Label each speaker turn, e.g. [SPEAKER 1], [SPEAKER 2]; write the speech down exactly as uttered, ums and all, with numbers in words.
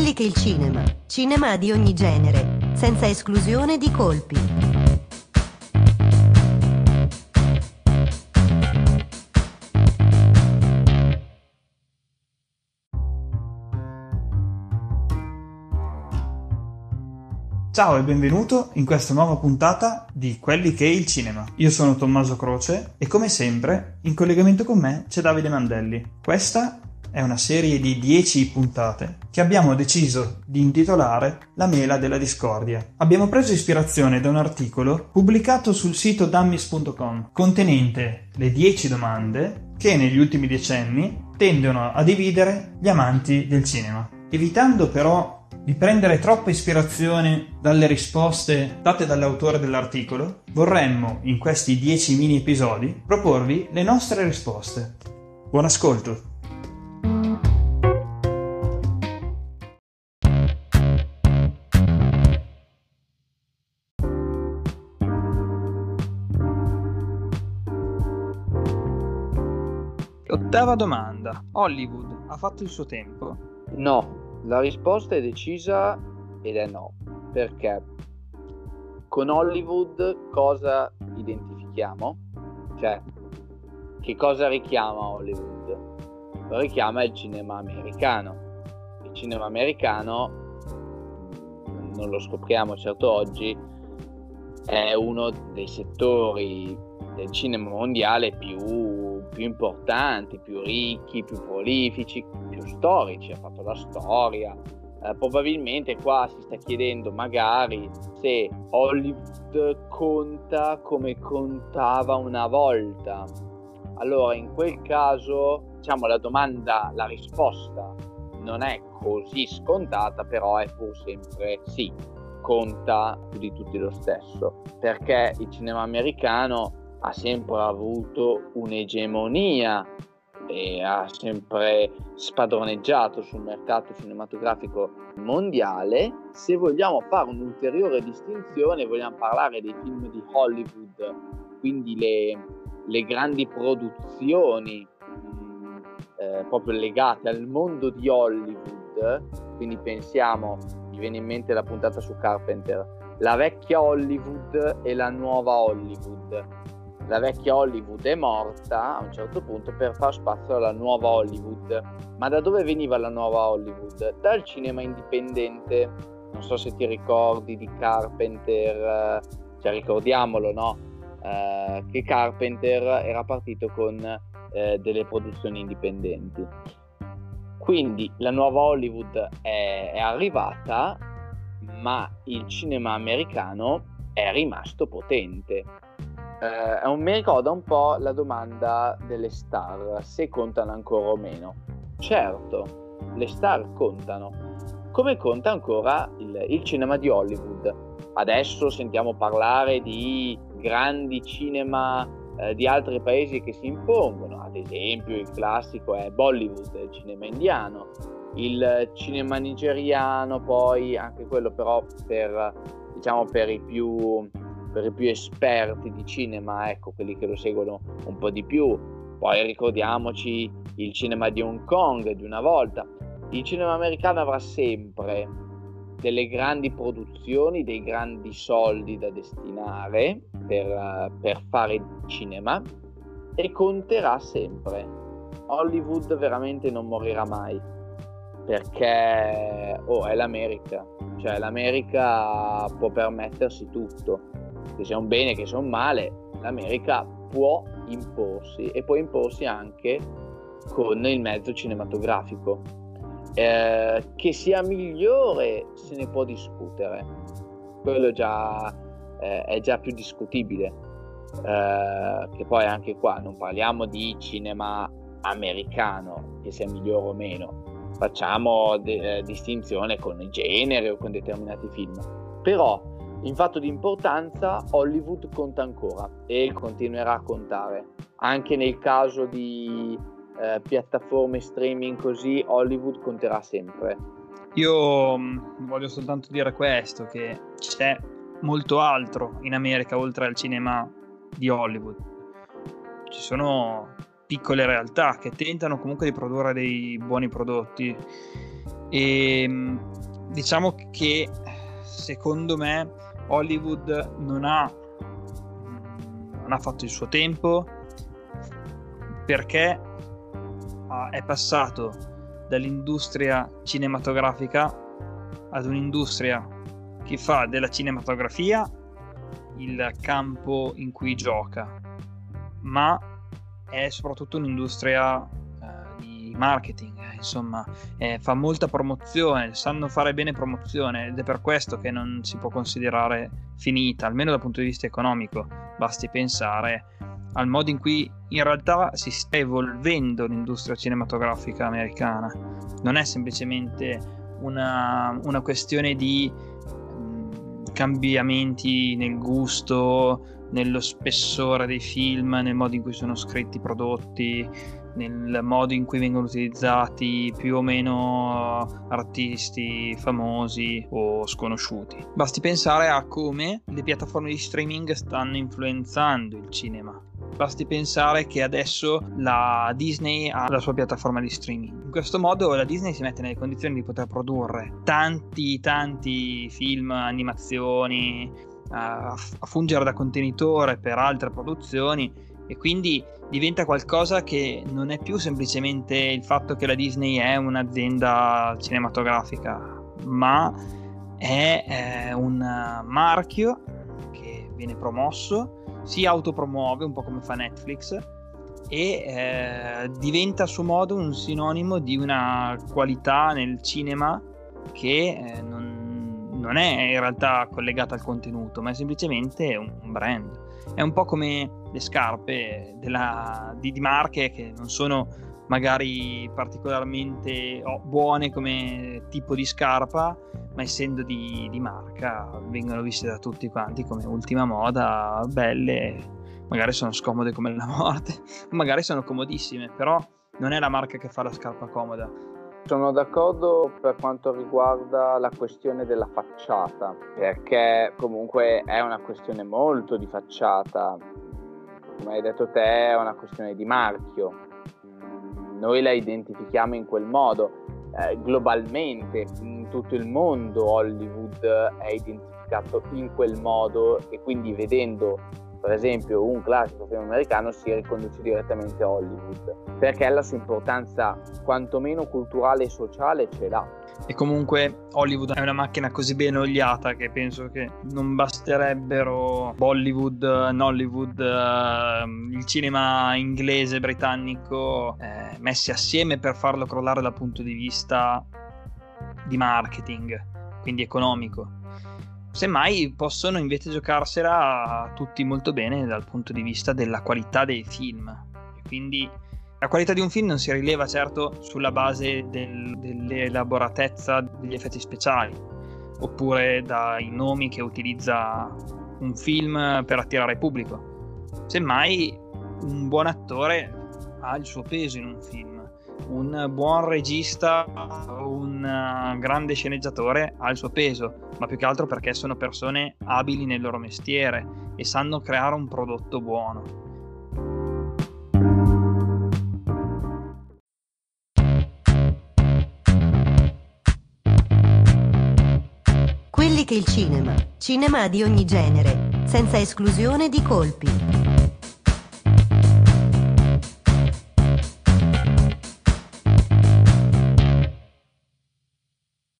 [SPEAKER 1] Quelli che il cinema, cinema di ogni genere, senza esclusione di colpi.
[SPEAKER 2] Ciao e benvenuto in questa nuova puntata di Quelli che il cinema. Io sono Tommaso Croce e come sempre in collegamento con me c'è Davide Mandelli. Questa è una serie di dieci puntate che abbiamo deciso di intitolare La mela della discordia. Abbiamo preso ispirazione da un articolo pubblicato sul sito dummies punto com contenente le dieci domande che negli ultimi decenni tendono a dividere gli amanti del cinema. Evitando però di prendere troppa ispirazione dalle risposte date dall'autore dell'articolo, vorremmo in questi dieci mini episodi proporvi le nostre risposte. Buon ascolto! Ottava domanda. Hollywood ha fatto il suo tempo?
[SPEAKER 3] No. La risposta è decisa ed è no, perché con Hollywood cosa identifichiamo? Cioè, che cosa richiama Hollywood? Lo richiama il cinema americano. Il cinema americano, non lo scopriamo certo oggi, è uno dei settori del cinema mondiale più, più importanti, più ricchi, più prolifici, più storici, ha fatto la storia. Eh, probabilmente qua si sta chiedendo magari se Hollywood conta come contava una volta. Allora in quel caso diciamo la domanda, la risposta non è così scontata, però è pur sempre sì, conta più di tutti lo stesso, perché il cinema americano ha sempre avuto un'egemonia e ha sempre spadroneggiato sul mercato cinematografico mondiale. Se vogliamo fare un'ulteriore distinzione, vogliamo parlare dei film di Hollywood, quindi le, le grandi produzioni mh, eh, proprio legate al mondo di Hollywood, quindi pensiamo, mi viene in mente la puntata su Carpenter, la vecchia Hollywood e la nuova Hollywood. La vecchia Hollywood è morta a un certo punto per far spazio alla nuova Hollywood. Ma da dove veniva la nuova Hollywood? Dal cinema indipendente. Non so se ti ricordi di Carpenter, cioè ricordiamolo, no? Eh, che Carpenter era partito con eh, delle produzioni indipendenti. Quindi la nuova Hollywood è, è arrivata, ma il cinema americano è rimasto potente. Uh, mi ricorda un po' la domanda delle star, se contano ancora o meno. Certo, le star contano. Come conta ancora il, il cinema di Hollywood? Adesso sentiamo parlare di grandi cinema eh, di altri paesi che si impongono. Ad esempio il classico è Bollywood, il cinema indiano. Il cinema nigeriano, poi anche quello però per, diciamo, per i più... per i più esperti di cinema, ecco, quelli che lo seguono un po' di più. Poi ricordiamoci il cinema di Hong Kong di una volta. Il cinema americano avrà sempre delle grandi produzioni, dei grandi soldi da destinare per, per fare cinema, e conterà sempre. Hollywood veramente non morirà mai, perché oh, è l'America, cioè l'America può permettersi tutto. Che sia un bene, che sia un male, l'America può imporsi, e può imporsi anche con il mezzo cinematografico. Eh, che sia migliore se ne può discutere, quello già eh, è già più discutibile, eh, che poi anche qua non parliamo di cinema americano che sia migliore o meno, facciamo de- eh, distinzione con il genere o con determinati film, però in fatto di importanza Hollywood conta ancora e continuerà a contare. Anche nel caso di eh, piattaforme streaming così, Hollywood conterà sempre.
[SPEAKER 2] Io mh, voglio soltanto dire questo, che c'è molto altro in America oltre al cinema di Hollywood. Ci sono piccole realtà che tentano comunque di produrre dei buoni prodotti E diciamo che secondo me Hollywood non ha non ha fatto il suo tempo, perché è passato dall'industria cinematografica ad un'industria che fa della cinematografia il campo in cui gioca, ma è soprattutto un'industria eh, di marketing, eh, insomma, eh, fa molta promozione, sanno fare bene promozione, ed è per questo che non si può considerare finita, almeno dal punto di vista economico. Basti pensare al modo in cui in realtà si sta evolvendo l'industria cinematografica americana. Non è semplicemente una, una questione di mh, cambiamenti nel gusto, nello spessore dei film, nel modo in cui sono scritti i prodotti, nel modo in cui vengono utilizzati più o meno artisti famosi o sconosciuti. Basti pensare a come le piattaforme di streaming stanno influenzando il cinema. Basti pensare che adesso la Disney ha la sua piattaforma di streaming. In questo modo la Disney si mette nelle condizioni di poter produrre tanti tanti film, animazioni, a fungere da contenitore per altre produzioni, e quindi diventa qualcosa che non è più semplicemente il fatto che la Disney è un'azienda cinematografica, ma è eh, un marchio che viene promosso, si autopromuove un po' come fa Netflix, e eh, diventa a suo modo un sinonimo di una qualità nel cinema che eh, non, non è in realtà collegata al contenuto, ma è semplicemente un, un brand. È un po' come le scarpe della, di, di marche che non sono magari particolarmente oh, buone come tipo di scarpa, ma essendo di, di marca vengono viste da tutti quanti come ultima moda, belle, magari sono scomode come la morte, magari sono comodissime, però non è la marca che fa la scarpa comoda.
[SPEAKER 3] Sono d'accordo per quanto riguarda la questione della facciata, perché comunque è una questione molto di facciata, come hai detto te è una questione di marchio, noi la identifichiamo in quel modo, eh, globalmente in tutto il mondo Hollywood è identificato in quel modo, e quindi vedendo per esempio un classico film americano si riconduce direttamente a Hollywood, perché la sua importanza quantomeno culturale e sociale ce l'ha.
[SPEAKER 2] E comunque Hollywood è una macchina così ben oliata che penso che non basterebbero Bollywood, Nollywood, eh, il cinema inglese, britannico eh, messi assieme per farlo crollare dal punto di vista di marketing, quindi economico. Semmai possono invece giocarsela tutti molto bene dal punto di vista della qualità dei film. E quindi la qualità di un film non si rileva certo sulla base del, dell'elaboratezza degli effetti speciali, oppure dai nomi che utilizza un film per attirare il pubblico. Semmai un buon attore ha il suo peso in un film. Un buon regista, un grande sceneggiatore ha il suo peso, ma più che altro perché sono persone abili nel loro mestiere e sanno creare un prodotto buono.
[SPEAKER 1] Quelli che il cinema, cinema di ogni genere, senza esclusione di colpi.